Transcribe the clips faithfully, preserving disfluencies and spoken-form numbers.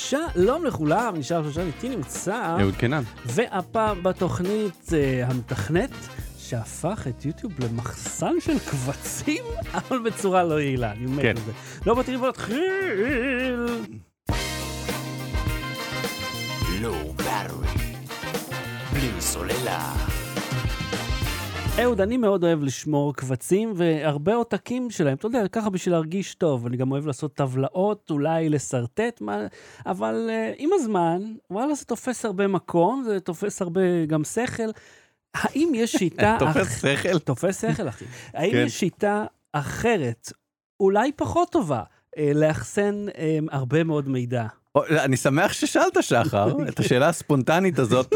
שלום לכולם, נשאר שושן איתי נמצא, אהוד קנן. והפעם בתוכנית uh, המתכנת שהפך את יוטיוב למחסן של קבצים, אבל בצורה לא יעילה, אני אומר כן. את זה. לא מתחיל ולהתחיל. Low battery. בלי סוללה. אהוד, אני מאוד אוהב לשמור קבצים והרבה עותקים שלהם, אתה יודע, ככה בשביל להרגיש טוב, אני גם אוהב לעשות טבלאות, אולי לסרטט, מה, אבל uh, עם הזמן, וואלה, זה תופס הרבה מקום, זה תופס הרבה גם שכל. האם יש שיטה... תופס שכל? תופס שכל, אחי. האם כן. יש שיטה אחרת, אולי פחות טובה, אה, לאחסן אה, הרבה מאוד מידע? אני שמח ששאלת שחר, את השאלה הספונטנית הזאת,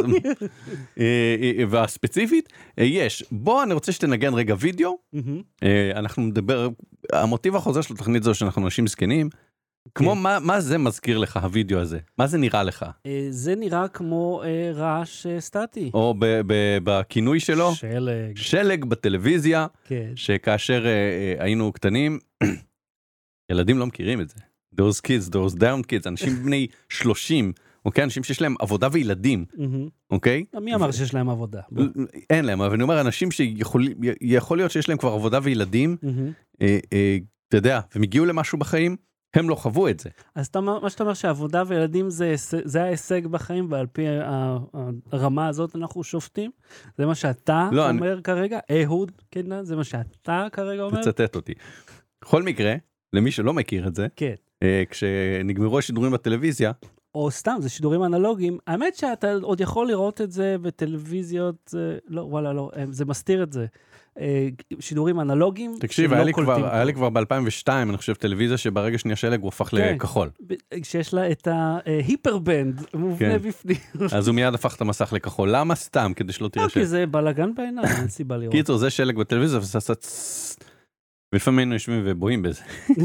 והספציפית, יש. בוא, אני רוצה שתנגן רגע וידאו, אנחנו מדבר, המוטיב החוזר של התוכנית זו שאנחנו אנשים זקנים, כמו מה, מה זה מזכיר לך, הוידאו הזה? מה זה נראה לך? אה, זה נראה כמו אה, רעש אה, סטטי. או ב- ב- בכינוי שלו, שלג. שלג בטלוויזיה, כן. שכאשר אה, אה, היינו קטנים, ילדים לא מכירים את זה. those kids, those down kids, אנשים בני שלושים, אוקיי? אנשים שיש להם עבודה וילדים, אוקיי? מי אמר שיש להם עבודה? אין להם, אבל אני אומר, אנשים שיכול להיות שיש להם כבר עבודה וילדים, אה, אה, אתה יודע, והם הגיעו למשהו בחיים, הם לא חוו את זה. אז אתה, מה שאתה אומר שעבודה וילדים זה, זה ההישג בחיים, ועל פי הרמה הזאת אנחנו שופטים? זה מה שאתה לא, אומר אני... כרגע? אהוד, כן, זה מה שאתה כרגע אומר? תצטט אותי. בכל מקרה, למי שלא מכיר את זה, כן. כשנגמרו השידורים בטלוויזיה, או סתם, זה שידורים אנלוגיים, האמת שאתה עוד יכול לראות את זה בטלוויזיות, לא, וואלה, לא, זה מסתיר את זה. שידורים אנלוגיים. תקשיב, היה לי כבר, היה לי כבר ב-אלפיים ושתיים, אני חושב, טלוויזיה שברגע שנייה שלג הוא הפך לכחול. שיש לה את ההיפרבנד מובנה בפנים. אז הוא מיד הפך את המסך לכחול. למה סתם? כדי שלא תראה כי זה בלגן בעיניי, אין סיבה לראות. קיצור, זה שלג בטלוויזיה, ועשה ולפעמים היינו יושבים ובואים בזה.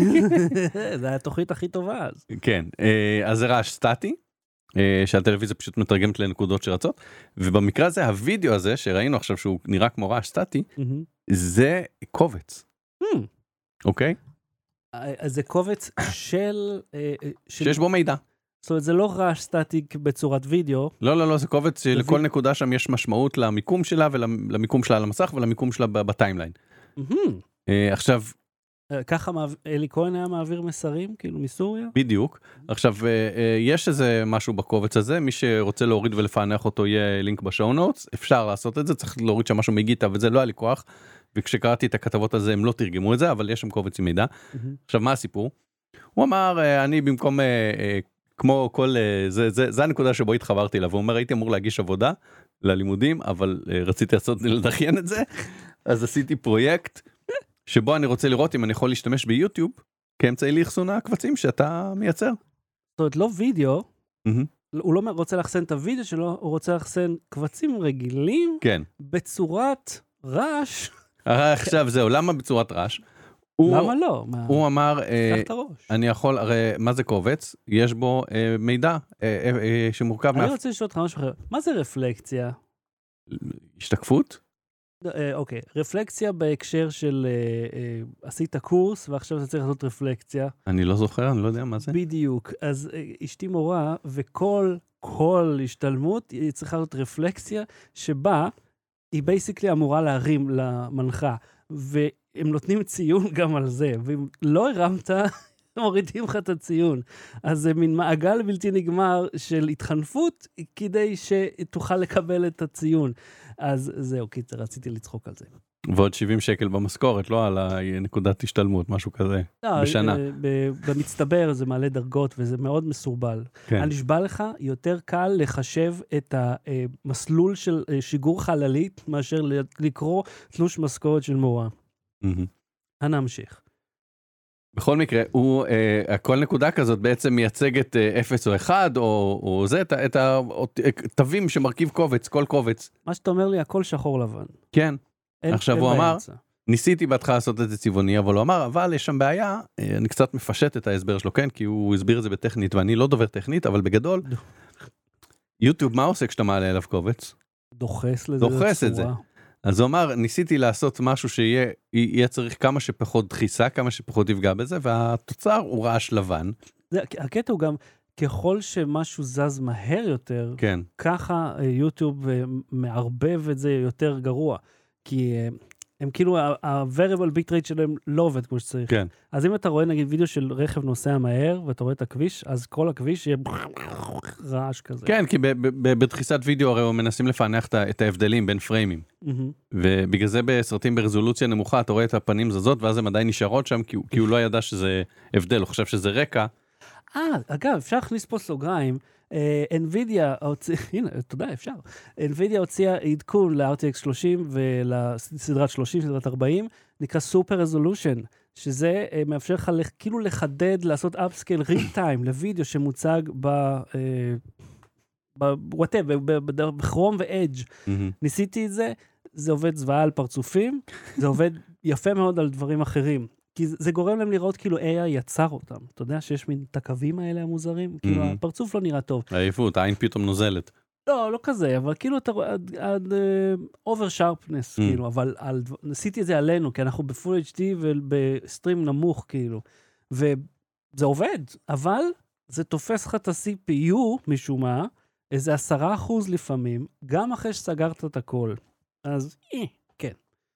זה התוכנית הכי טובה אז. כן, אז זה רעש סטטי, שהטלוויזיה פשוט מתרגמת לנקודות שרצות, ובמקרה הזה, הוידאו הזה, שראינו עכשיו שהוא נראה כמו רעש סטטי, זה קובץ. אוקיי? אז זה קובץ של... שיש בו מידע. זאת אומרת, זה לא רעש סטטי בצורת וידאו. לא, לא, לא, זה קובץ שלכל נקודה שם יש משמעות למיקום שלה, ולמיקום שלה על המסך, ולמיקום שלה בטיימליין. עכשיו... ככה אלי כהן היה מעביר מסרים, כאילו מסוריה? בדיוק. עכשיו, יש איזה משהו בקובץ הזה, מי שרוצה להוריד ולפענח אותו, יהיה לינק בשואו נוטס, אפשר לעשות את זה, צריך להוריד שם משהו מגיטה, וזה לא היה לי כוח, וכשקראתי את הכתבות הזה, הם לא תרגמו את זה, אבל יש שם קובץ עם מידע. עכשיו, מה הסיפור? הוא אמר, אני במקום, כמו כל, זה, זה, זה הנקודה שבו התחברתי לה, והוא אומר, הייתי אמור להגיש עבודה ללימודים, אבל רציתי לעשות, לדחיין את זה, אז עשיתי פרויקט, שבו אני רוצה לראות אם אני יכול להשתמש ביוטיוב, כאמצעי לאחסון הקבצים שאתה מייצר. זאת אומרת, לא וידאו, הוא לא רוצה לאחסן את הוידאו שלו, הוא רוצה לאחסן קבצים רגילים, כן. בצורת רעש. עכשיו זהו, למה בצורת רעש? למה לא? הוא אמר, אני יכול, הרי מה זה קובץ? יש בו מידע שמורכב... אני רוצה לשאול אותך משהו אחר, מה זה רפלקציה? השתקפות? אוקיי, רפלקציה בהקשר של עשית קורס ועכשיו אתה צריך לעשות רפלקציה. אני לא זוכר, אני לא יודע מה זה. בדיוק, אז אשתי מורה וכל כל השתלמות היא צריכה לעשות רפלקסיה שבה היא בייסיקלי אמורה להרים למנחה והם נותנים ציון גם על זה ואם לא הרמת מורידים לך את הציון. אז זה מין מעגל בלתי נגמר של התחנפות כדי שתוכל לקבל את הציון. אז זהו, קיצר, רציתי לצחוק על זה. ועוד שבעים שקל במשכורת, לא על הנקודת השתלמות, משהו כזה, לא, בשנה. במצטבר זה מעלה דרגות, וזה מאוד מסורבל. כן. אני נשבע לך, יותר קל לחשב את המסלול של שיגור חללית, מאשר לקרוא תלוש משכורת של מורה. אנא המשיך. בכל מקרה, הוא, אה, כל נקודה כזאת בעצם מייצגת אה, אפס או אחד, או, או זה, את, את התווים שמרכיב קובץ, כל קובץ. מה שאתה אומר לי, הכל שחור לבן. כן. אין, עכשיו אין הוא אמר, באמצע. ניסיתי בהתחלה לעשות את זה צבעוני, אבל הוא אמר, אבל יש שם בעיה, אה, אני קצת מפשט את ההסבר שלו, כן? כי הוא הסביר את זה בטכנית, ואני לא דובר טכנית, אבל בגדול, יוטיוב, מה עושה כשאתה מעלה אליו קובץ? דוחס לזה. דוחס את זה. אז הוא אמר, ניסיתי לעשות משהו שיהיה יהיה צריך כמה שפחות דחיסה, כמה שפחות יפגע בזה, והתוצר הוא רעש לבן. זה, הקטע הוא גם, ככל שמשהו זז מהר יותר, כן. ככה יוטיוב מערבב את זה יותר גרוע. כי הם כאילו, ה-variable bitrate שלהם לא עובד כמו שצריך. כן. אז אם אתה רואה נגיד וידאו של רכב נוסע מהר, ואתה רואה את הכביש, אז כל הכביש יהיה רעש כזה. כן, כי בדחיסת וידאו הרי הם מנסים לפענח את ההבדלים בין פריימים. ובגלל זה בסרטים ברזולוציה נמוכה, אתה רואה את הפנים זזות, ואז הם עדיין נשארות שם, כי הוא לא ידע שזה הבדל, הוא חושב שזה רקע. אה, אגב, אפשר להכניס פה סוגריים, NVIDIA, הנה, תודה, אפשר. NVIDIA הוציאה עדכון ל-אר טי אקס שלושים ולסדרת שלושים, סדרת ארבעים, נקרא Super Resolution, שזה מאפשר לך כאילו לחדד, לעשות upscale real time לוידאו שמוצג ב... ב-whatever, בכרום ו-edge. ניסיתי את זה, זה עובד זוועה על פרצופים, זה עובד יפה מאוד על דברים אחרים. כי זה גורם להם לראות כאילו איי איי יצר אותם. אתה יודע שיש מין תקבים האלה המוזרים? כאילו הפרצוף לא נראה טוב. העיפות, העין פתאום נוזלת. לא, לא כזה, אבל כאילו אתה רואה עד אובר שרפנס, כאילו, אבל ניסיתי את זה עלינו, כי אנחנו בפול אייץ' די ובסטרים נמוך, כאילו. וזה עובד, אבל זה תופס לך את ה-סי פי יו, משום מה, איזה עשרה אחוז לפעמים, גם אחרי שסגרת את הכל. אז, אה, כן.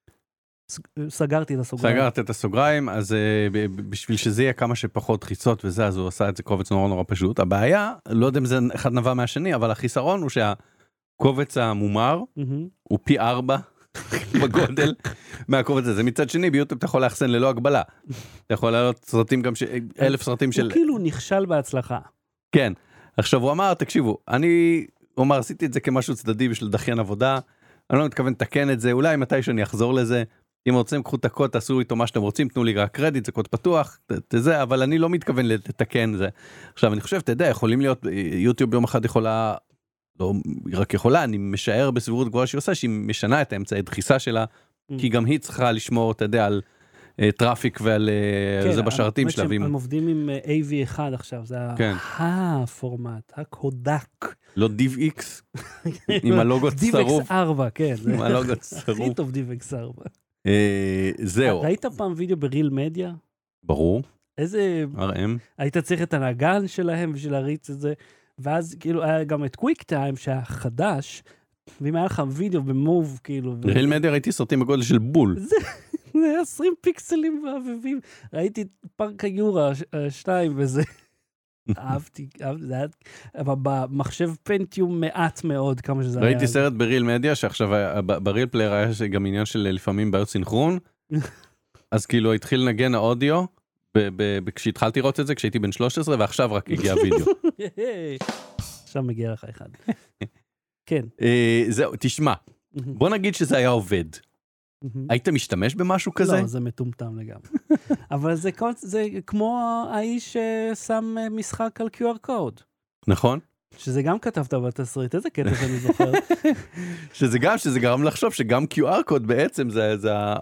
סגרתי את הסוגריים. סגרת את הסוגריים, אז בשביל שזה יהיה כמה שפחות חיצות וזה, אז הוא עשה את זה קובץ נורא נורא פשוט. הבעיה, לא יודע אם זה אחד נבע מהשני, אבל החיסרון הוא שהקובץ המומר הוא פי ארבע בגודל מהקובץ הזה. מצד שני, ביוטיוב אתה יכול להחסן ללא הגבלה. אתה יכול לעלות סרטים גם, אלף סרטים של... הוא כאילו נכשל בהצלחה. כן. עכשיו הוא אמר, תקשיבו, אני, הוא אמר, עשיתי את זה כמשהו צדדי בשביל דחיין עבודה, אני לא מתכוון לתקן את זה, אולי מתי שאני אחזור לזה, אם רוצים, קחו את הקוד, תעשו איתו מה שאתם רוצים, תנו לי רק קרדיט, זה קוד פתוח, זה, אבל אני לא מתכוון לתקן זה. עכשיו, אני חושב, אתה יודע, יכולים להיות, יוטיוב יום אחד יכולה, לא רק יכולה, אני משער בסבירות גבוהה שהיא עושה, שהיא משנה את האמצעי דחיסה שלה, כי גם היא צריכה לשמור, אתה יודע, על טראפיק ועל זה בשרתים שלה. הם עובדים עם איי וי אחד עכשיו, זה הפורמט, הקודק. לא דיב-איקס, עם הלוגו צרוף. דיב-אקס ארבע, כן. עם הלוגו צרוף. הכי טוב דיב-אקס ארבע. זהו. ראית פעם וידאו בריל מדיה? ברור. איזה... אר אם. היית צריך את הנגן שלהם בשביל להריץ את זה, ואז כאילו היה גם את קוויק טיים שהיה חדש, ואם היה לך וידאו במוב, כאילו... בריל מדיה ראיתי סרטים בגודל של בול. זה היה עשרים פיקסלים ואביבים. ראיתי פארק היורה שתיים וזה. אהבתי, זה היה... אבל במחשב פנטיום מעט מאוד כמה שזה היה. ראיתי סרט בריל מדיה, שעכשיו בריל פלייר היה גם עניין של לפעמים בעיות סינכרון, אז כאילו התחיל לנגן האודיו, כשהתחלתי לראות את זה, כשהייתי בן שלוש עשרה, ועכשיו רק הגיע הוידאו. עכשיו מגיע לך אחד. כן. זהו, תשמע, בוא נגיד שזה היה עובד. היית משתמש במשהו כזה? לא, זה מטומטם לגמרי. אבל זה כמו האיש ששם משחק על קיו אר קוד. נכון. שזה גם כתבת בתסריט, איזה קטע שאני זוכר. שזה גם, שזה גרם לחשוב שגם קיו אר קוד בעצם זה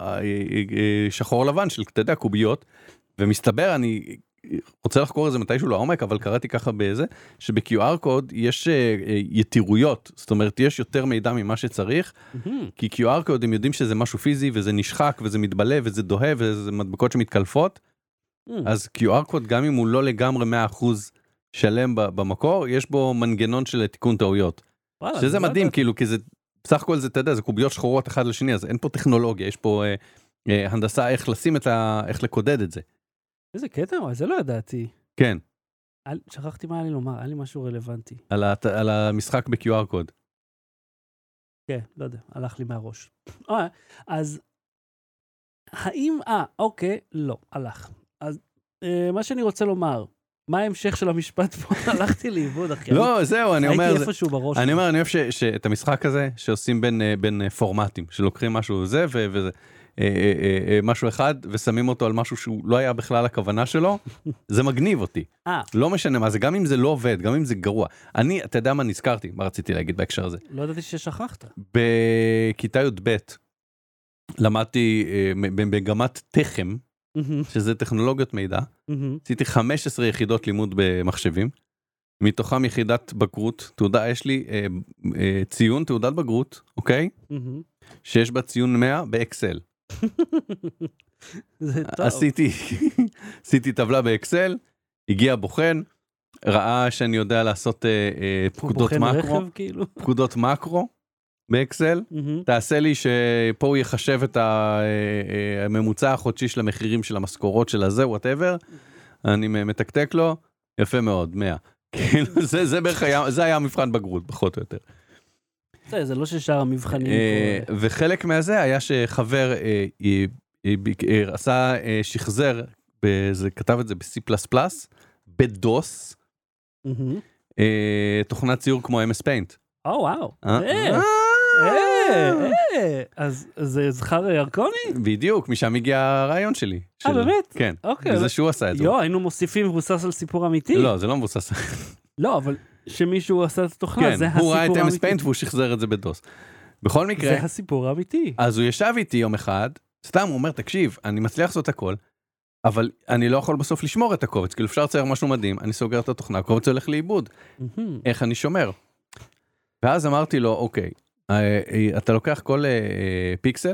שחור לבן של, אתה יודע, קוביות, ומסתבר, אני רוצה לחקור את זה מתישהו לעומק, אבל קראתי ככה באיזה, שב-קיו אר קוד יש יתירויות, זאת אומרת, יש יותר מידע ממה שצריך, כי קיו אר קוד הם יודעים שזה משהו פיזי, וזה נשחק, וזה מתבלה, וזה דוהה, וזה מדבקות שמתקלפות, אז קיו אר קוד, גם אם הוא לא לגמרי מאה אחוז שלם במקור, יש בו מנגנון של תיקון טעויות. שזה מדהים, כאילו, כי זה, בסך הכל זה, אתה יודע, זה קוביות שחורות אחד לשני, אז אין פה טכנולוגיה, יש פה הנדסה איך לשים את ה... איך לקודד את זה. איזה קטע, זה לא ידעתי. כן. שכחתי מה היה לי לומר, היה לי משהו רלוונטי. על, ה, על המשחק ב-קיו אר קוד. כן, לא יודע, הלך לי מהראש. אז, האם, אה, אוקיי, לא, הלך. אז, מה שאני רוצה לומר, מה ההמשך של המשפט פה? הלכתי לאיבוד, אחי. לא, זהו, אני אומר... הייתי איפשהו בראש. אני אומר, אני אוהב שאת המשחק הזה, שעושים בין פורמטים, שלוקחים משהו זה וזה, משהו אחד, ושמים אותו על משהו שהוא לא היה בכלל הכוונה שלו, זה מגניב אותי. לא משנה מה, זה גם אם זה לא עובד, גם אם זה גרוע. אני, אתה יודע מה נזכרתי, מה רציתי להגיד בהקשר הזה? לא ידעתי ששכחת. בכיתה י' ב' למדתי במגמת תחם, שזה טכנולוגיות מידע, עשיתי חמש עשרה יחידות לימוד במחשבים, מתוכם יחידת בגרות, תעודה, יש לי ציון, תעודת בגרות, אוקיי? שיש בה ציון מאה באקסל. זה טוב. עשיתי, עשיתי טבלה באקסל, הגיע בוחן, ראה שאני יודע לעשות אה, אה, פקודות בוחן מקרו, רכב, כאילו. פקודות מקרו באקסל, מהמם. תעשה לי שפה הוא יחשב את ה- אה, אה, הממוצע החודשי של המחירים של המשכורות של הזה, whatever, אני מתקתק לו, יפה מאוד, מאה. כאילו, זה, זה בערך היה, זה היה המבחן בגרות, פחות או יותר. זה זה לא ששאר המבחנים. אה, פה, וחלק מהזה היה שחבר אה, אה, אה, אה, עשה אה, שחזר, זה כתב את זה ב-C++, בדוס, מהמם. אה, תוכנת ציור כמו אם אס Paint. או, וואו. אה? אה, אה, אה. אז זה זכר ירקוני? בדיוק, משם הגיע הרעיון שלי. אה, של- באמת? כן, אוקיי. וזה שהוא עשה את זה. יו, היינו מוסיפים מבוסס על סיפור אמיתי. לא, זה לא מבוסס. לא, אבל שמישהו עשה את התוכנה, כן, זה הסיפור הוא ראה את אם אס האמיתי. Paint והוא שחזר את זה בדוס. בכל מקרה, זה הסיפור האמיתי. אז הוא ישב איתי יום אחד, סתם הוא אומר, תקשיב, אני מצליח לעשות הכל, אבל אני לא יכול בסוף לשמור את הקובץ, כאילו אפשר לצייר משהו מדהים, אני סוגר את התוכנה, הקובץ הולך לאיבוד, מהמם. איך אני שומר? ואז אמרתי לו, אוקיי, אה, אה, אתה לוקח כל אה, אה, פיקסל,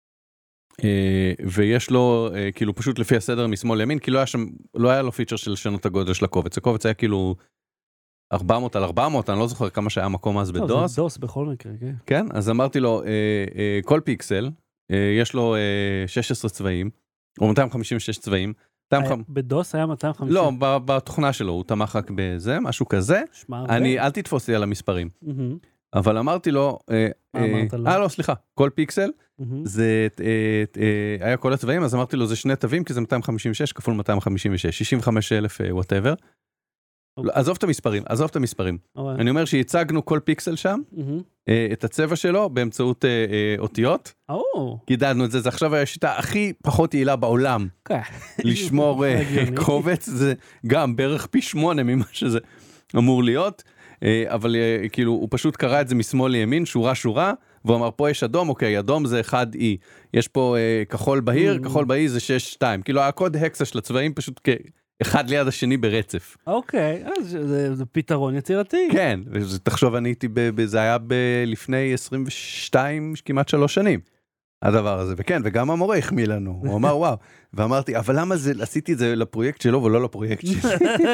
אה, ויש לו, אה, כאילו פשוט לפי הסדר משמאל לימין, כי לא היה שם, לא היה לו פיצ'ר של לשנות את הגודל של הקובץ, הקובץ היה כאילו ארבע מאות על ארבע מאות, אני לא זוכר כמה שהיה מקום אז לא, בדוס, זה דוס בכל מקרה, כן. כן, אז אמרתי לו, אה, אה, כל פיקסל, אה, יש לו אה, שש עשרה צבעים, או מאתיים חמישים ושש צבעים, מאתיים היה- חמישים בדוס היה מאתיים חמישים. לא, ב- בתוכנה שלו, הוא תמך רק בזה, משהו כזה, שמע הרבה. אני, אל תתפוס לי על המספרים, מהמם, אבל אמרתי לו, אה, מה אה, אמרת לו? אה, לא, סליחה, כל פיקסל, מהמם. זה אה, אה, היה כל הצבעים, אז אמרתי לו, זה שני תווים, כי זה מאתיים חמישים ושש כפול מאתיים חמישים ושש, שישים וחמישה אלף וואטאבר, אוקיי. עזוב את המספרים, עזוב את המספרים, אוקיי. אני אומר שהצגנו כל פיקסל שם, מהמם. אה, את הצבע שלו באמצעות אה, אה, אותיות, או, גידלנו את זה, זה עכשיו השיטה הכי פחות יעילה בעולם, כן. לשמור אה, הגיוני. קובץ, זה גם בערך פי שמונה ממה שזה אמור להיות, אה, אבל אה, כאילו הוא פשוט קרא את זה משמאל לימין, שורה שורה, והוא אמר פה יש אדום, אוקיי, אדום זה אחד אי, יש פה אה, כחול בהיר, Mm. כחול בהיר זה שש שתיים, כאילו הקוד הקסה של הצבעים פשוט כאחד ליד השני ברצף. אוקיי, אז זה זה פתרון יצירתי. כן, ותחשוב אני הייתי, ב- ב- זה היה ב- לפני עשרים ושתיים, כמעט שלוש שנים, הדבר הזה, וכן, וגם המורה החמיא לנו, הוא אמר וואו, ואמרתי, אבל למה זה, עשיתי את זה לפרויקט שלו ולא לפרויקט שלי?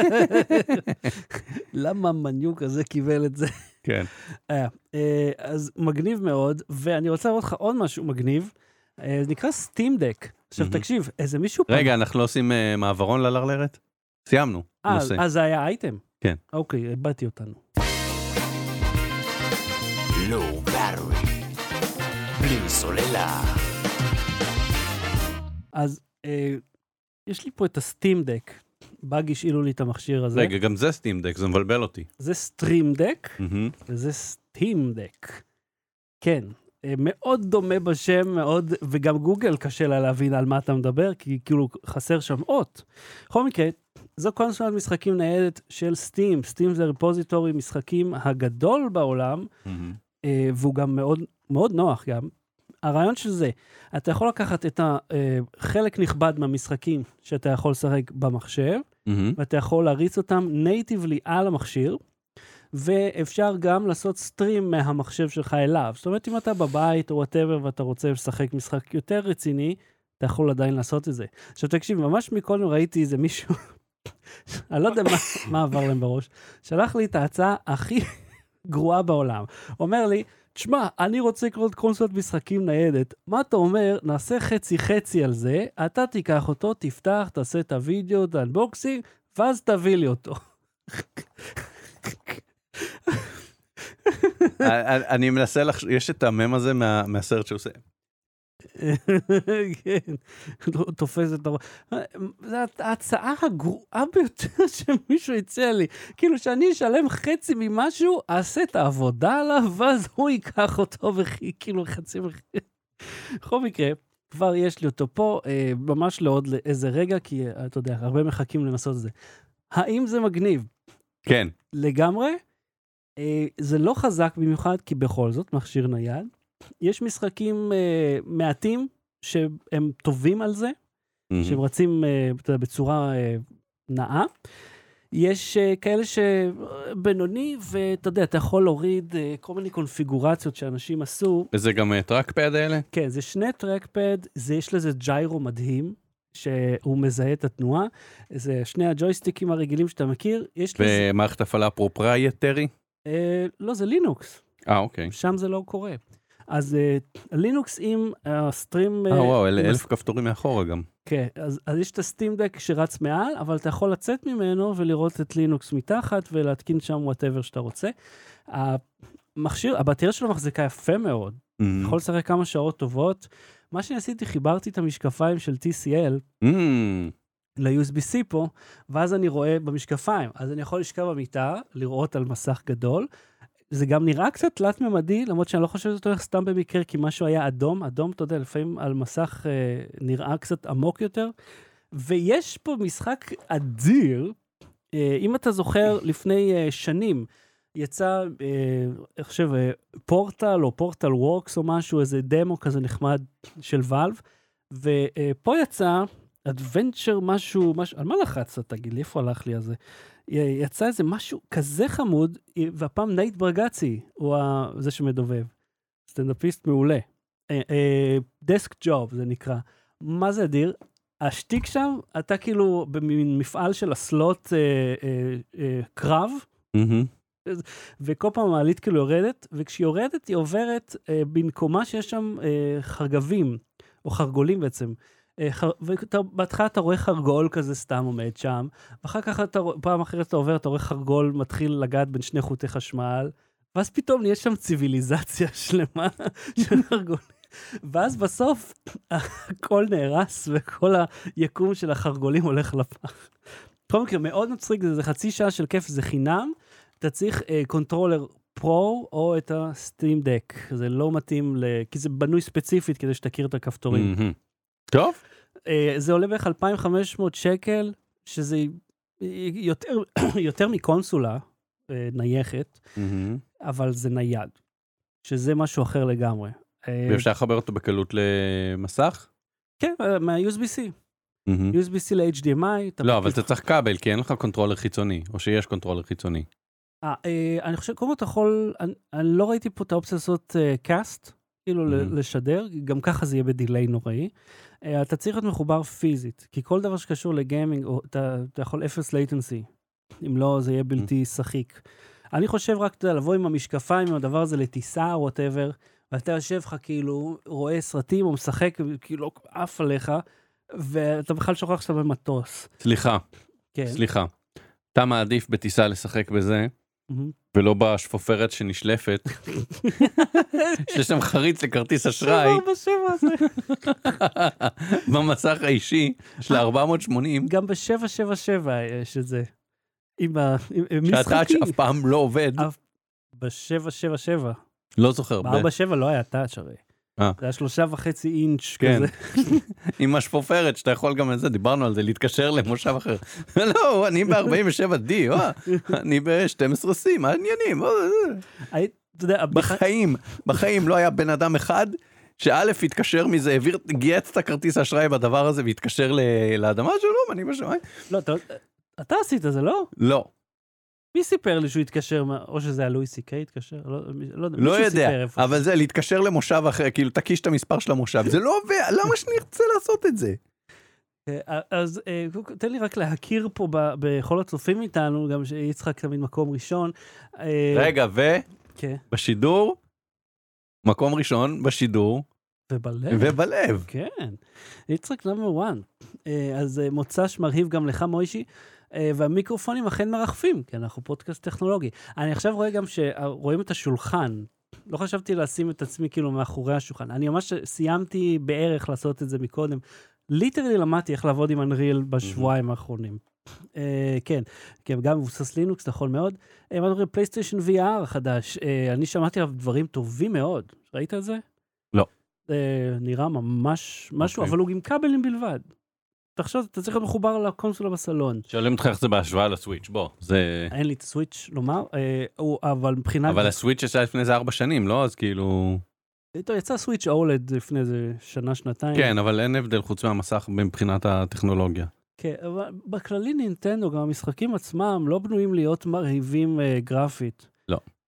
למה המניוק הזה קיבל את זה? כן. אה, אה, אז מגניב מאוד, ואני רוצה לראות לך עוד משהו מגניב, אה, זה נקרא סטים דק. עכשיו מהמם. תקשיב, איזה מישהו... רגע, אנחנו לא עושים אה, מעברון ללרלרת? סיימנו, אה, נושא. אז זה היה אייטם? כן. אוקיי, הבאתי אותנו. Low battery. בלי סוללה. אז אה, יש לי פה את הסטים דק. באג השאילו לי את המכשיר הזה. רגע, גם זה סטים דק, זה מבלבל אותי. זה סטרים דק, מהמם. וזה סטים דק. כן, אה, מאוד דומה בשם, מאוד, וגם גוגל קשה לה להבין על מה אתה מדבר, כי כאילו חסר שם אות. בכל מקרה, זו קונסולת משחקים ניידת של סטים. סטים זה ריפוזיטורי משחקים הגדול בעולם, מהמם. אה, והוא גם מאוד, מאוד נוח גם. הרעיון של זה, אתה יכול לקחת את החלק נכבד מהמשחקים שאתה יכול לשחק במחשב, מהמם. ואתה יכול להריץ אותם נייטיבלי על המכשיר, ואפשר גם לעשות סטרים מהמחשב שלך אליו. זאת אומרת, אם אתה בבית או whatever ואתה רוצה לשחק משחק יותר רציני, אתה יכול עדיין לעשות את זה. עכשיו תקשיב, ממש מקודם ראיתי איזה מישהו, אני לא יודע מה, מה עבר להם בראש, שלח לי את ההצעה הכי גרועה בעולם. אומר לי, תשמע, אני רוצה לקרוא את קונסולת משחקים ניידת. מה אתה אומר? נעשה חצי חצי על זה, אתה תיקח אותו, תפתח, תעשה את הוידאו, את האנבוקסינג, ואז תביא לי אותו. אני מנסה לך, יש את המם הזה מה- מהסרט שעושה. כן, תופס את הראש. זו ההצעה הגרועה ביותר שמישהו יצא לי. כאילו שאני אשלם חצי ממשהו, אעשה את העבודה עליו, ואז הוא ייקח אותו וכאילו חצי מחיר. בכל מקרה, כבר יש לי אותו פה, אה, ממש לעוד איזה רגע, כי אתה יודע, הרבה מחכים לנסות את זה. האם זה מגניב? כן. לגמרי. אה, זה לא חזק במיוחד, כי בכל זאת, מכשיר נייד. יש משחקים אה, מעטים שהם טובים על זה, מהמם. שהם רצים אה, אתה יודע, בצורה אה, נאה. יש אה, כאלה שבינוני, ואתה יודע, אתה יכול להוריד אה, כל מיני קונפיגורציות שאנשים עשו. וזה גם טראקפד האלה? כן, זה שני טרקפד, זה יש לזה ג'יירו מדהים, שהוא מזהה את התנועה. זה שני הג'ויסטיקים הרגילים שאתה מכיר. יש לזה... ומערכת הפעלה פרופרייטרי? אה, לא, זה לינוקס. אה, אוקיי. שם זה לא קורה. אז לינוקס עם הסטרים... אה, וואו, אלה אלף כפתורים מאחורה גם. כן, אז, אז יש את הסטים דק שרץ מעל, אבל אתה יכול לצאת ממנו ולראות את לינוקס מתחת ולהתקין שם whatever שאתה רוצה. המכשיר, הבטריה שלו מחזיקה יפה מאוד. Mm-hmm. יכול לשחק כמה שעות טובות. מה שאני עשיתי, חיברתי את המשקפיים של טי סי אל Mm-hmm. ל-יו אס בי סי פה, ואז אני רואה במשקפיים. אז אני יכול לשכב במיטה, לראות על מסך גדול. זה גם נראה קצת תלת-ממדי, למרות שאני לא חושב שזה הולך סתם במקרה, כי משהו היה אדום. אדום, אתה יודע, לפעמים על מסך אה, נראה קצת עמוק יותר. ויש פה משחק אדיר. אה, אם אתה זוכר, לפני אה, שנים, יצא, אה, אני חושב, אה, פורטל או פורטל וורקס או משהו, איזה דמו כזה נחמד של ואלב. ופה יצא אדוונצ'ר משהו, משהו, על מה לחצת? תגיד לי, איפה הלך לי הזה? יצא איזה משהו כזה חמוד, והפעם נייט ברגצי, הוא זה שמדובב. סטנדאפיסט מעולה. דסק ג'וב, זה נקרא. מה זה אדיר? השתיק שם, אתה כאילו במין מפעל של הסלוט אה, אה, אה, קרב, Mm-hmm. וכל פעם המעלית כאילו יורדת, וכשהיא יורדת, היא עוברת אה, במקומה שיש שם אה, חרגבים, או חרגולים בעצם. ובהתחלה אתה רואה חרגול כזה סתם עומד שם, ואחר כך אתה, פעם אחרת אתה עובר, אתה רואה חרגול מתחיל לגעת בין שני חוטי חשמל, ואז פתאום יש שם ציוויליזציה שלמה של חרגולים, ואז בסוף הכל נהרס, וכל היקום של החרגולים הולך לפח. בכל מקרה, מאוד מצחיק, זה חצי שעה של כיף, זה חינם, אתה צריך קונטרולר פרו, או את הסטים דק, זה לא מתאים, כי זה בנוי ספציפית כדי שתכיר את הכפתורים. טוב. זה עולה בערך אלפיים וחמש מאות שקל, שזה יותר, יותר מקונסולה נייחת, אבל זה נייד, שזה משהו אחר לגמרי. ואפשר לחבר אותו בקלות למסך? כן, מה-יו אס בי סי. יו אס בי סי ל-אייץ' די אם איי. לא, אבל אתה צריך כבל, כי אין לך קונטרולר חיצוני, או שיש קונטרולר חיצוני. אני חושב, קודם כל אתה יכול, אני לא ראיתי פה את האופציה לעשות קאסט, כאילו לשדר, גם ככה זה יהיה בדיליי נוראי. אתה צריך להיות מחובר פיזית, כי כל דבר שקשור לגיימינג, אתה, אתה יכול אפס latency, אם לא זה יהיה בלתי שחיק. אני חושב רק לבוא עם המשקפיים, עם הדבר הזה לטיסה או whatever, ואתה יושב לך כאילו, רואה סרטים או משחק, כאילו עף עליך, ואתה בכלל שוכח שאתה במטוס. סליחה, כן. סליחה. אתה מעדיף בטיסה לשחק בזה, ולא בשפופרת שנשלפת, שיש שם חריץ לכרטיס אשראי, שבע בשבע הזה. במסך האישי של ארבע מאות ושמונים, גם ב-שבע שבע שבע יש את זה. שהטאץ' אף פעם לא עובד. ב-שבע שבע שבע. לא זוכר. ב-ארבע שבע לא היה טאץ' הרי. זה היה שלושה וחצי אינץ' כזה. עם השפופרת, שאתה יכול גם על זה, דיברנו על זה, להתקשר למושב אחר. לא, אני ב-ארבעים ושבע די, אני ב-שתים עשרה סי, מה העניינים? בחיים, בחיים לא היה בן אדם אחד, שא' התקשר מזה, העביר, גייץ את הכרטיס האשראי בדבר הזה, והתקשר לאדמה שלו, אני בשמיים. לא, אתה עשית זה, לא? לא. מי סיפר לי שהוא התקשר, או שזה היה לואי סי קיי התקשר? לא יודע, אבל זה להתקשר למושב אחר, כאילו תקיש את המספר של המושב, זה לא עובד, למה שנרצה לעשות את זה? אז תן לי רק להכיר פה בכל הצופים איתנו, גם שיצחק תמיד מקום ראשון. רגע, ובשידור, מקום ראשון בשידור, ובלב. ובלב. כן, יצחק נאמבר וואן. אז מוצ"ש מרהיב גם לך מוישי, והמיקרופונים אכן מרחפים, כי אנחנו פודקאסט טכנולוגי. אני עכשיו רואה גם שרואים את השולחן, לא חשבתי לשים את עצמי כאילו מאחורי השולחן, אני ממש סיימתי בערך לעשות את זה מקודם, ליטרלי למדתי איך לעבוד עם אנריל בשבועיים האחרונים. כן, גם מבוסס לינוקס, אתה יכול מאוד. פלייסטיישן וי אר החדש, אני שמעתי עליו דברים טובים מאוד, ראית את זה? לא. נראה ממש משהו, אבל הוא עם כבלים בלבד. תחשוב, אתה צריך להיות מחובר לקונסולה בסלון. שואלים אותך איך זה בהשוואה לסוויץ', בוא, זה... אין לי את הסוויץ' לומר, אבל מבחינת... אבל הסוויץ' יצא לפני זה ארבע שנים, לא? אז כאילו... יצא סוויץ' אולד לפני איזה שנה, שנתיים. כן, אבל אין הבדל חוץ מהמסך מבחינת הטכנולוגיה. כן, אבל בכללי נינטנדו, גם המשחקים עצמם לא בנויים להיות מרהיבים גרפית. לא.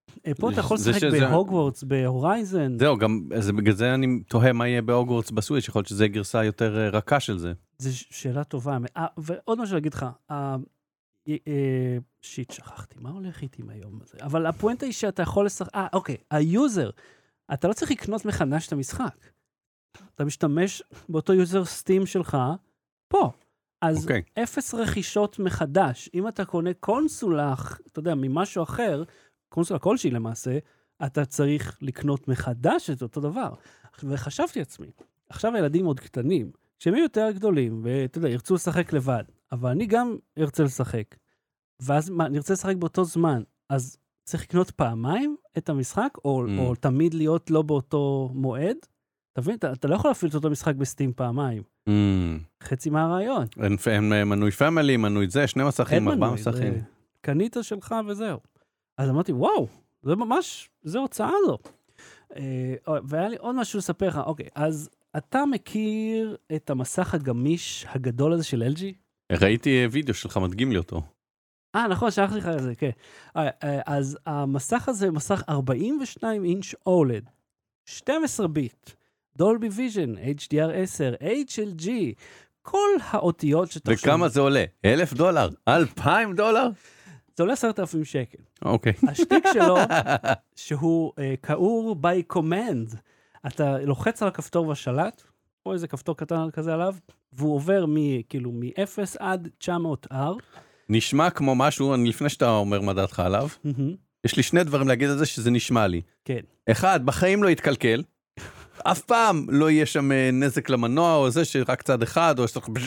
אה, פה אתה יכול זה לשחק שזה- בהוגוורטס, בהורייזן. זהו, גם, אז בגלל זה אני תוהה מה יהיה בהוגוורטס בסוויץ', יכול להיות שזה גרסה יותר אה, רכה של זה. זו שאלה טובה. אה, ועוד משהו להגיד לך, אה, אה, שיט, שכחתי, מה הולך איתי מהיום הזה? אבל הפואנטה היא שאתה יכול לשחק, אה, אוקיי, היוזר, אתה לא צריך לקנות מחדש את המשחק. אתה משתמש באותו יוזר סטים שלך, פה. אז אוקיי. אפס רכישות מחדש. אם אתה קונה קונסולה, אתה יודע, ממשהו אחר, קונסולה כלשהי למעשה, אתה צריך לקנות מחדש את אותו דבר. וחשבתי לעצמי, עכשיו הילדים עוד קטנים, כשהם יהיו יותר גדולים, ואתה יודע, ירצו לשחק לבד, אבל אני גם ארצה לשחק. ואז מה, נרצה לשחק באותו זמן, אז צריך לקנות פעמיים את המשחק, או, Mm. או תמיד להיות לא באותו מועד. אתה מבין? אתה, אתה לא יכול להפעיל את אותו משחק בסטים פעמיים. Mm. חצי מהרעיון. אין, אין אה, מנוי פמילי, מנוי זה, שני מסכים, אין ארבעה מנוי, זה- מסכים. קנית שלך וזהו. אז אמרתי, וואו, זה ממש, זה הוצאה זו. אה, והיה לי עוד משהו לספר לך, אוקיי, אז אתה מכיר את המסך הגמיש הגדול הזה של אל ג'י? ראיתי אה, וידאו שלך, מדגים לי אותו. אה, נכון, שלחתי לך את זה, כן. אה, אה, אז המסך הזה, מסך ארבעים ושניים אינץ' אולד, שתים עשרה ביט, דולבי ויז'ן, אייץ' די אר עשר, אייץ' אל ג'י, כל האותיות שאתה וכמה זה עולה? אלף דולר? אלפיים דולר? זה עולה עשרת אלפים שקל. אוקיי. השטיק שלו, שהוא uh, כאור by command, אתה לוחץ על הכפתור בשלט, או איזה כפתור קטן כזה עליו, והוא עובר מ, כאילו, מ-אפס עד תשע מאות אר. נשמע כמו משהו, אני לפני שאתה אומר מה דעתך עליו, יש לי שני דברים להגיד על זה שזה נשמע לי. כן. אחד, בחיים לא יתקלקל, אף פעם לא יהיה שם אה, נזק למנוע, או זה שרק צד אחד, או שצריך...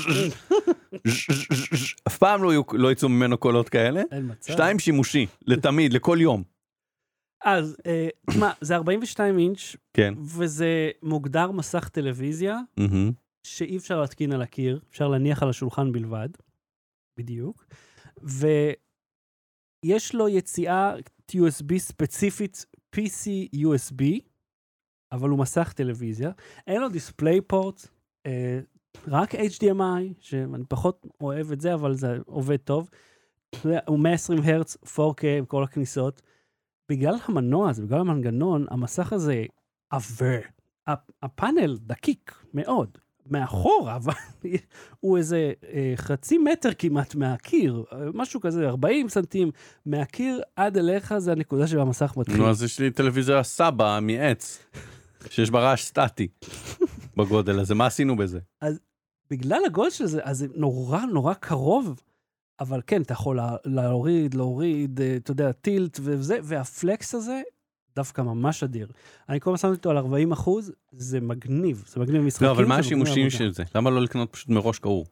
אף פעם לא, יהיו, לא יצאו ממנו קולות כאלה. אין מצב. שתיים, שימושי, לתמיד, לכל יום. אז, uh, תשמע, זה ארבעים ושניים אינץ', כן. וזה מוגדר מסך טלוויזיה, מהמם. שאי אפשר להתקין על הקיר, אפשר להניח על השולחן בלבד, בדיוק, ויש לו יציאה יו אס בי ספציפית, פי סי יו אס בי, אבל הוא מסך טלוויזיה, אין לו דיספליי פורט, אה, רק אייץ' די אם איי, שאני פחות אוהב את זה, אבל זה עובד טוב, הוא מאה ועשרים הרץ, פור קיי עם כל הכניסות, בגלל המנוע הזה, בגלל המנגנון, המסך הזה עבר, הפאנל דקיק מאוד, מאחורה, אבל הוא איזה אה, חצי מטר כמעט מהקיר, משהו כזה, ארבעים סנטים מהקיר עד אליך, זה הנקודה שבה המסך מתחיל. נו, אז יש לי טלוויזיה סבא מעץ, שיש בה רעש סטטי בגודל הזה, מה עשינו בזה? בגלל הגודל של זה, אז זה נורא נורא קרוב, אבל כן, אתה יכול לה, להוריד, להוריד, אתה יודע, טילט וזה, והפלקס הזה, דווקא ממש אדיר. אני כל הזמן שמתי אותו על ארבעים אחוז, זה מגניב, זה מגניב משחקים. לא, אבל מה זה השימושים מגניב של זה? למה לא לקנות פשוט מראש קעור?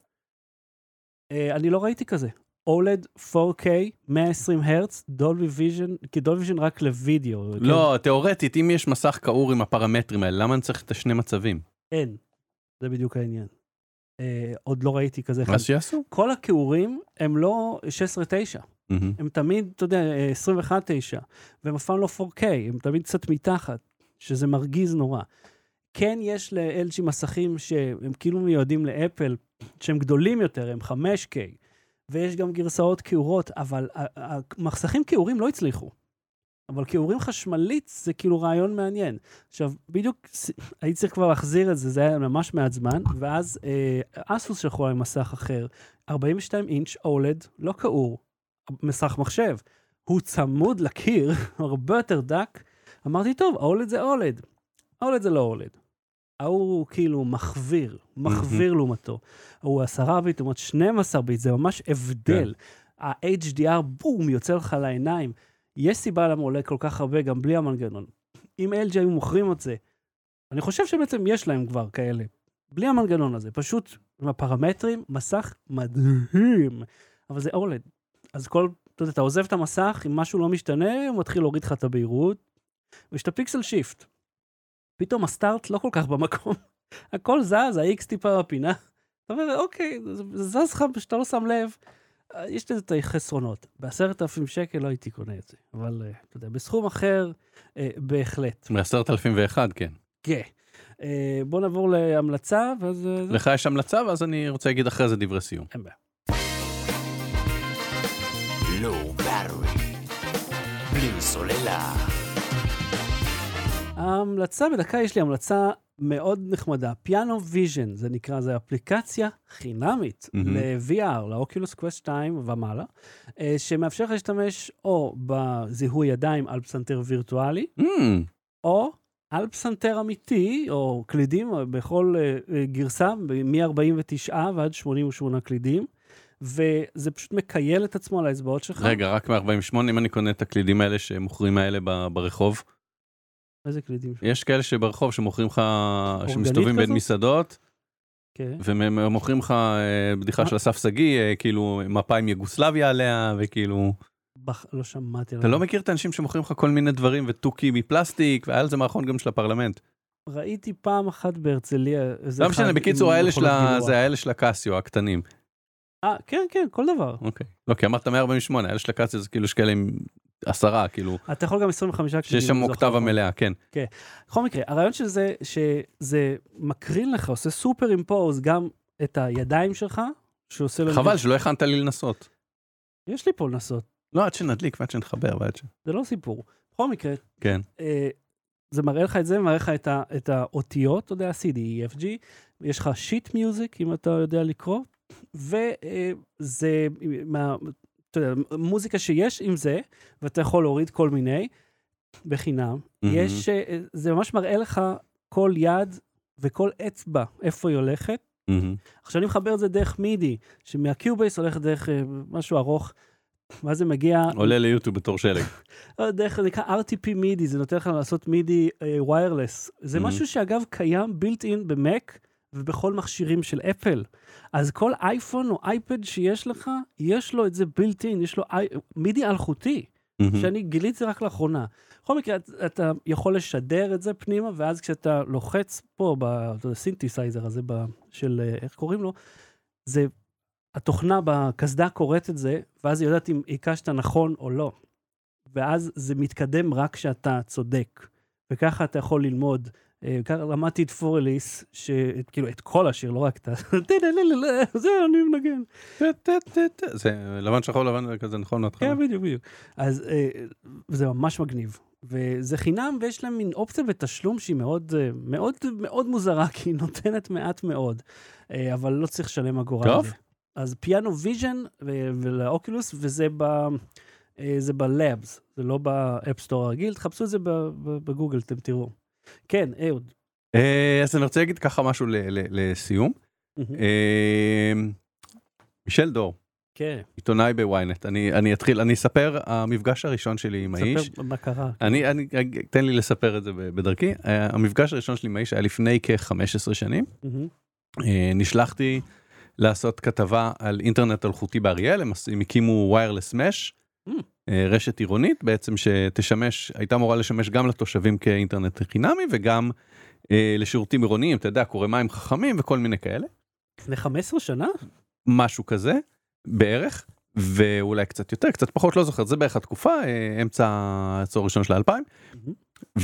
אה, אני לא ראיתי כזה. אולד, פור קיי, מאה ועשרים הרץ, דולבי ויז'ן, כי דולבי ויז'ן רק לוידאו. לא, תיאורטית, אם יש מסך קעור עם הפרמטרים האלה, למה אני צריך את השני מצבים? אין. זה בדיוק העניין. אה, עוד לא ראיתי כזה אחד. אז שיעשו. כל הכעורים הם לא שש עשרה תשע. מהמם. הם תמיד, אתה יודע, עשרים ואחת תשע, והם אף פעם לא פור קיי, הם תמיד קצת מתחת, שזה מרגיז נורא. כן יש ל-אל ג'י מסכים שהם כאילו מיועדים לאפל, שהם גדולים יותר, הם חמש קיי, ויש גם גרסאות כעורות, אבל המסכים כעורים לא הצליחו. אבל כעורים חשמלית זה כאילו רעיון מעניין. עכשיו, בדיוק הייתי צריך כבר להחזיר את זה, זה היה ממש מעט זמן, ואז אה, אסוס שלחו על מסך אחר, ארבעים ושתיים אינץ' אולד, לא כעור, מסך מחשב. הוא צמוד לקיר, הרבה יותר דק. אמרתי, טוב, אולד זה אולד. אולד זה לא אולד. הוא כאילו מחוויר, מחוויר לעומתו. הוא עשרה ביט, לעומת שנים עשר ביט, זה ממש הבדל. ה-אייץ' די אר בום, יוצא לך לעיניים. יש סיבה למה עולה כל כך הרבה, גם בלי המנגנון. אם אל ג'י היו מוכרים את זה, אני חושב שבעצם יש להם כבר כאלה. בלי המנגנון הזה, פשוט עם הפרמטרים, מסך מדהים. אבל זה אולד. אז כל, אתה יודע, אתה עוזב את המסך, אם משהו לא משתנה, הוא מתחיל להוריד לך את הבהירות, ויש את הפיקסל שיפט. פתאום הסטארט לא כל כך במקום. הכל זז, ה-X טיפה בפינה. אתה אומר, אוקיי, זה זז לך שאתה לא שם לב. יש לזה את החסרונות. בעשרת אלפים שקל לא הייתי קונה את זה. אבל, אתה יודע, בסכום אחר, בהחלט. מעשרת אלפים ואחד, כן. כן. בוא נעבור להמלצה, ואז... לך יש המלצה, ואז אני רוצה להגיד אחרי זה דברי סיום. אין בעיה. Low battery. בלי סוללה. ההמלצה בדקה, יש לי המלצה מאוד נחמדה. פיאנו ויז'ן, זה נקרא, זה אפליקציה חינמית מהמם. ל-וי אר, לאוקולוס קווסט שתיים ומעלה, אה, שמאפשר לך להשתמש או בזיהוי ידיים על פסנתר וירטואלי, Mm, או על פסנתר אמיתי, או קלידים בכל אה, אה, גרסה, מ-ארבעים ותשע ועד שמונים ושמונה קלידים, וזה פשוט מקייל את עצמו על האצבעות שלך. רגע, רק מ-ארבעים ושמונה, אם אני קונה את הקלידים האלה שמוכרים האלה ב- ברחוב, איזה קלידים? יש כאלה שברחוב שמוכרים לך, אורגנית שמסתובבים בין כזאת? מסעדות, כן. ומוכרים לך אה, בדיחה מה? של אסף סגי, אה, כאילו מפה עם יוגוסלביה עליה, וכאילו, בח... לא שמעתי. אתה לא מכיר את האנשים שמוכרים לך כל מיני דברים, וטוקי מפלסטיק, והיה לזה מערכון גם של הפרלמנט. ראיתי פעם אחת בהרצליה, איזה לא אחד משנה, עם בקיצור, האלה יכולות של ה- גילוח. זה האלה של הקסיו, הקטנים. אה, כן, כן, כל דבר. אוקיי. לא, כי אמרת מאה ארבעים ושמונה, האלה של הקסיו זה כאילו שכאלה עם עשרה, כאילו, אתה יכול גם עשרים וחמישה קלידים. שיש שם אם זה אוקטבה נכון. מלאה, כן. בכל מקרה, הרעיון של זה, שזה מקרין לך, עושה סופר אימפוז גם את הידיים שלך, שעושה לו... חבל שלא הכנת לי לנסות. יש לי פה לנסות, לא, עד שנדליק ועד שנחבר ועד ש... זה לא סיפור. בכל מקרה, כן. אה, זה מראה לך את זה, מראה לך את, ה, את האותיות, אתה יודע, C, D, E, F, G, יש לך שיט מיוזיק, אם אתה יודע לקרוא, וזה, מה, אתה יודע, מוזיקה שיש עם זה, ואתה יכול להוריד כל מיני, בחינם. מהמם. יש, אה, זה ממש מראה לך כל יד וכל אצבע, איפה היא הולכת. מהמם. עכשיו אני מחבר את זה דרך מידי, שמהקיובייס הולך דרך אה, משהו ארוך, ואז זה מגיע... עולה ליוטיוב בתור שלג. לא, דרך זה נקרא אר טי פי מידי, זה נותן לך לעשות מידי ויירלס. זה Mhm. משהו שאגב קיים בילט אין במק ובכל מכשירים של אפל. אז כל אייפון או אייפד שיש לך, יש לו את זה בילט אין, יש לו מידי אלחוטי, מהמם. שאני גיליתי זה רק לאחרונה. בכל מקרה, אתה- אתה יכול לשדר את זה פנימה, ואז כשאתה לוחץ פה, בסינתסייזר הזה, ב- של, אה, איך קוראים לו, זה, התוכנה בקסדה קוראת את זה, ואז היא יודעת אם הקשת נכון או לא. ואז זה מתקדם רק כשאתה צודק. וככה אתה יכול ללמוד. אה, ככה למדתי את פורליס, שכאילו את כל השיר, לא רק את ה... זה אני מנגן. טה, טה, טה, טה. זה לבן שחור לבן כזה נכון מההתחלה. כן, בדיוק, בדיוק. אז אה, זה ממש מגניב. וזה חינם, ויש להם מין אופציה בתשלום שהיא מאוד, אה, מאוד, מאוד מוזרה, כי היא נותנת מעט מאוד. אה, אבל לא צריך לשלם אגורה. טוב. על זה. אז פיאנו ויז'ן ולאוקולוס, וזה ב... אה, זה בלאבס, זה לא באפסטור הרגיל. תחפשו את זה ב- ב- בגוגל, אתם תראו. כן, אהוד. אה, אז אני רוצה להגיד ככה משהו ל- ל- לסיום. אה, מישל דור, כן, עיתונאי בוויינט. אני אני אתחיל, אני אספר המפגש הראשון שלי עם האיש. ספר מה קרה. אני, אני, תן לי לספר את זה ב- בדרכי. אה, המפגש הראשון שלי עם האיש היה לפני כ-חמש עשרה שנים. מהמם. אה, נשלחתי לעשות כתבה על אינטרנט אלחוטי באריאל, הם, עש- הם הקימו ויירלס מש, Mm. אה, רשת עירונית בעצם שתשמש, הייתה אמורה לשמש גם לתושבים כאינטרנט חינמי וגם אה, לשירותים עירוניים, אתה יודע, קורא מים חכמים וכל מיני כאלה, לפני חמש עשרה שנה? משהו כזה בערך, ואולי קצת יותר, קצת פחות, לא זוכר, זה בערך התקופה, אה, אמצע העשור הראשון של האלפיים, מהמם.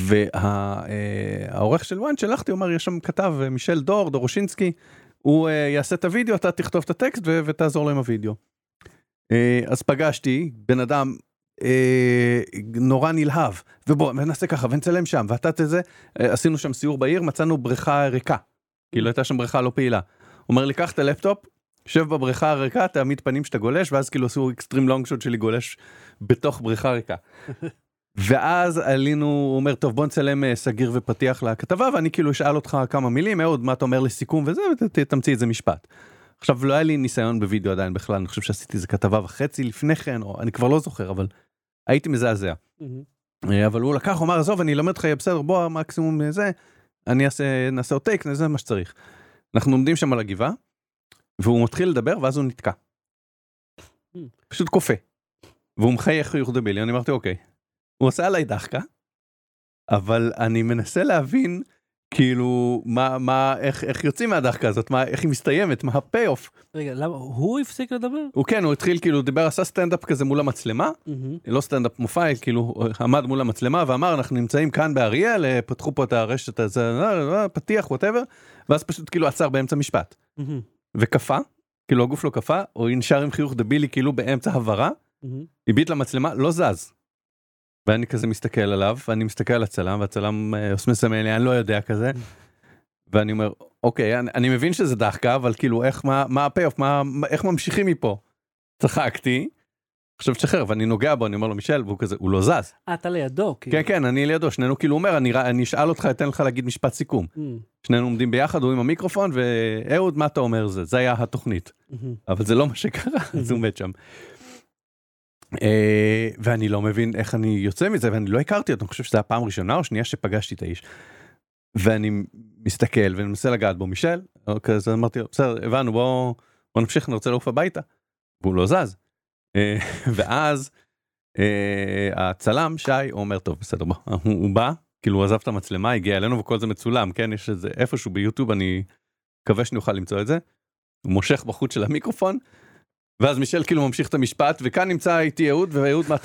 והעורך של וואן שלחתי, הוא אמר, יש שם כתב אה, מישל דור, דורושינסקי, הוא אה, יעשה את הוידאו, אתה תכתוב את הטקסט ו- ותעזור לו עם הוידאו. אה, אז פגשתי בן אדם אה, נורא נלהב, ובוא נעשה ככה ונצלם שם, ואתה תזה, אה, עשינו שם סיור בעיר, מצאנו בריכה ריקה, כאילו הייתה שם בריכה לא פעילה. הוא אומר לי, קח את הלפטופ, שב בבריכה הריקה, תעמיד פנים שאתה גולש, ואז כאילו עשו אקסטרים לונג שוט שלי גולש בתוך בריכה ריקה. ואז עלינו, הוא אומר, טוב, בוא נצלם אה, סגיר ופתיח לכתבה, ואני כאילו אשאל אותך כמה מילים, אהוד, מה אתה אומר לסיכום וזה, ותמציא איזה משפט. עכשיו, לא היה לי ניסיון בווידאו עדיין בכלל, אני חושב שעשיתי איזה כתבה וחצי לפני כן, או אני כבר לא זוכר, אבל הייתי מזעזע. מהמם. אה, אבל הוא לקח, הוא אמר, עזוב, אני אלמד לך, יהיה בסדר, בוא, מקסימום זה, אני אעשה, נעשה עוד טייק, זה מה שצריך. אנחנו עומדים שם על הגבעה, והוא מתחיל לדבר, ואז הוא נתקע. פשוט קופא. והוא מחייך חיוך דבילי, אני אמרתי, אוקיי. הוא עושה עליי דחקה, אבל אני מנסה להבין, כאילו, מה, מה, איך, איך יוצאים מהדחקה הזאת, מה, איך היא מסתיימת, מה הפי-אוף. רגע, למה? הוא הפסיק לדבר? הוא כן, הוא התחיל, כאילו, דיבר, עשה סטנדאפ כזה מול המצלמה, מהמם. לא סטנדאפ מופע, כאילו, הוא עמד מול המצלמה ואמר, אנחנו נמצאים כאן באריאל, אה, פתחו פה את הרשת הזה, אה, אה, פתיח, whatever, ואז פשוט כאילו עצר באמצע משפט. מהמם. וקפה, כאילו הגוף לא קפה, או נשאר עם חיוך דבילי, כאילו באמצע הברה, מהמם. הביט למצלמה, לא זז. ואני כזה מסתכל עליו, ואני מסתכל על הצלם, והצלם עושה מסמן לי, אני לא יודע כזה, ואני אומר, אוקיי, אני, אני מבין שזה דחקה, אבל כאילו, איך, מה, מה הפי-אוף, מה, איך ממשיכים מפה? צחקתי, עכשיו תשחרר, ואני נוגע בו, אני אומר לו, מישל, והוא כזה, הוא לא זז. אה, אתה לידו, כן, כן, אני לידו, שנינו כאילו אומר, אני, אני אשאל אותך, אתן לך להגיד משפט סיכום. שנינו עומדים ביחד, הוא עם המיקרופון, ואהוד, מה אתה אומר זה? זה היה התוכנית. אבל זה לא מה שקרה, אז הוא מת שם. ואני לא מבין איך אני יוצא מזה, ואני לא הכרתי אותו, אני חושב שזה הפעם ראשונה או שנייה שפגשתי את האיש. ואני מסתכל ומנסה לגעת בו, מישל, אז אמרתי לו, בסדר, הבנו, בוא נמשיך, אני רוצה לעוף הביתה. והוא לא זז. ואז הצלם, שי, הוא אומר, טוב, בסדר, הוא בא, כאילו הוא עזב את המצלמה, הגיע אלינו וכל זה מצולם, כן, יש איזה איפשהו ביוטיוב, אני מקווה שאני אוכל למצוא את זה. הוא מושך בחוץ של המיקרופון, ואז מישל כאילו ממשיך את המשפט, וכאן נמצא איתי אהוד, ואהוד מת...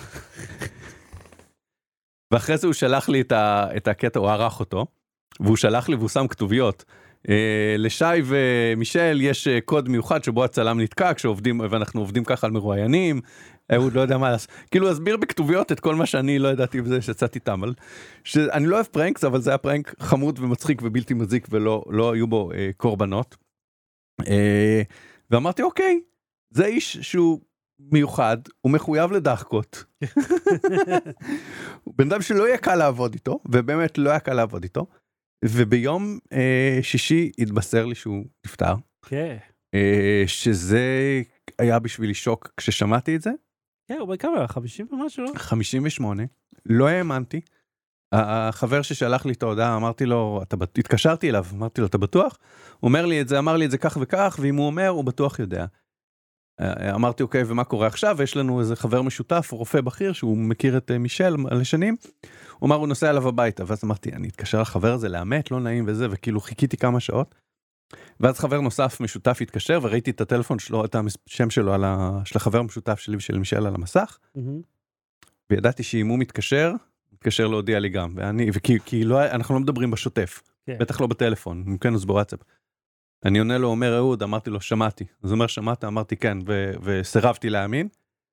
ואחרי זה הוא שלח לי את, ה... את הקטע, הוא ערך אותו, והוא שלח לי והוא שם כתוביות. אה, לשי ומישל יש קוד מיוחד שבו הצלם נתקע, כשעובדים, ואנחנו עובדים ככה על מרואיינים, אהוד לא יודע מה לעשות. כאילו הסביר בכתוביות את כל מה שאני לא ידעתי בזה שצאתי איתם, אבל שאני לא אוהב פרנקס, אבל זה היה פרנק חמוד ומצחיק ובלתי מזיק, ולא לא היו בו אה, קורבנות. אה, ואמרתי, אוקיי, זה איש שהוא מיוחד, הוא מחויב לדחקות. הוא בן אדם שלא יהיה קל לעבוד איתו, ובאמת לא היה קל לעבוד איתו, וביום אה, שישי התבשר לי שהוא נפטר. כן. אה, שזה היה בשבילי שוק כששמעתי את זה. כן, הוא בכמה, חמישים ומשהו, לא? חמישים ושמונה, לא האמנתי. החבר ששלח לי את ההודעה, אמרתי לו, אתה, התקשרתי אליו, אמרתי לו, אתה בטוח? הוא אומר לי את זה, אמר לי את זה כך וכך, ואם הוא אומר, הוא בטוח יודע. אמרתי, אוקיי, ומה קורה עכשיו? יש לנו איזה חבר משותף, רופא בכיר, שהוא מכיר את מישל על שנים. הוא אמר, הוא נוסע אליו הביתה, ואז אמרתי, אני אתקשר לחבר הזה, לאמת, לא נעים וזה, וכאילו חיכיתי כמה שעות. ואז חבר נוסף משותף התקשר, וראיתי את הטלפון שלו, את השם שלו, על ה... של החבר המשותף שלי ושל מישל על המסך, וידעתי שאם הוא מתקשר, מתקשר להודיע לי גם, ואני, וכי, כי לא, אנחנו לא מדברים בשוטף, בטח לא בטלפון, מומכן אז בוואטסאפ. אני עונה לו, אומר אהוד, אמרתי לו, שמעתי. אז הוא אומר, שמעת, אמרתי כן, ו- וסירבתי להאמין.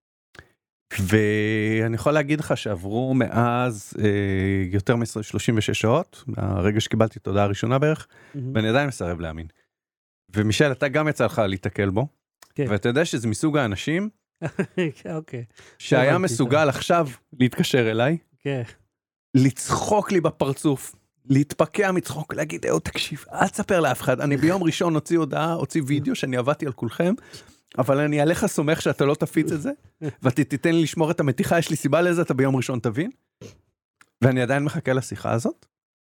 ואני יכול להגיד לך שעברו מאז אה, יותר מ-שלושים ושש שעות, הרגע שקיבלתי את ההודעה הראשונה בערך, mm-hmm. ואני עדיין מסרב להאמין. ומישל, אתה גם יצא לך להתקל בו, okay. ואתה יודע שזה מסוג האנשים, okay. שהיה מסוגל עכשיו להתקשר אליי, okay. לצחוק לי בפרצוף, להתפקע מצחוק, להגיד, אהו, תקשיב, אל תספר לאף אחד, אני ביום ראשון הוציא הודעה, הוציא וידאו שאני עבדתי על כולכם, אבל אני עליך סומך שאתה לא תפיץ את זה, ותתן לי לשמור את המתיחה, יש לי סיבה לזה, אתה ביום ראשון תבין, ואני עדיין מחכה לשיחה הזאת,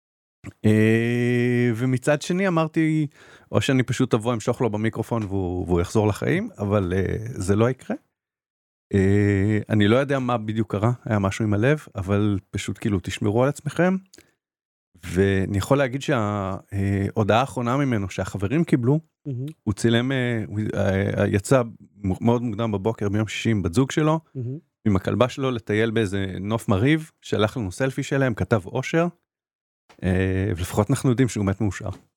ומצד שני אמרתי, או שאני פשוט אבוא, אמשוך לו במיקרופון, והוא יחזור לחיים, אבל זה לא יקרה. אני לא יודע מה בדיוק קרה, היה משהו עם הלב, אבל פשוט כאילו תשמרו על עצמכם, ואני יכול להגיד שההודעה האחרונה ממנו שהחברים קיבלו, הוא צילם, הוא יצא מאוד מוקדם בבוקר ביום שישי עם בת זוג שלו, עם הכלבה שלו לטייל באיזה נוף מריב, שלח לנו סלפי שלהם, כתב אושר, ולפחות אנחנו יודעים שהוא מת מאושר.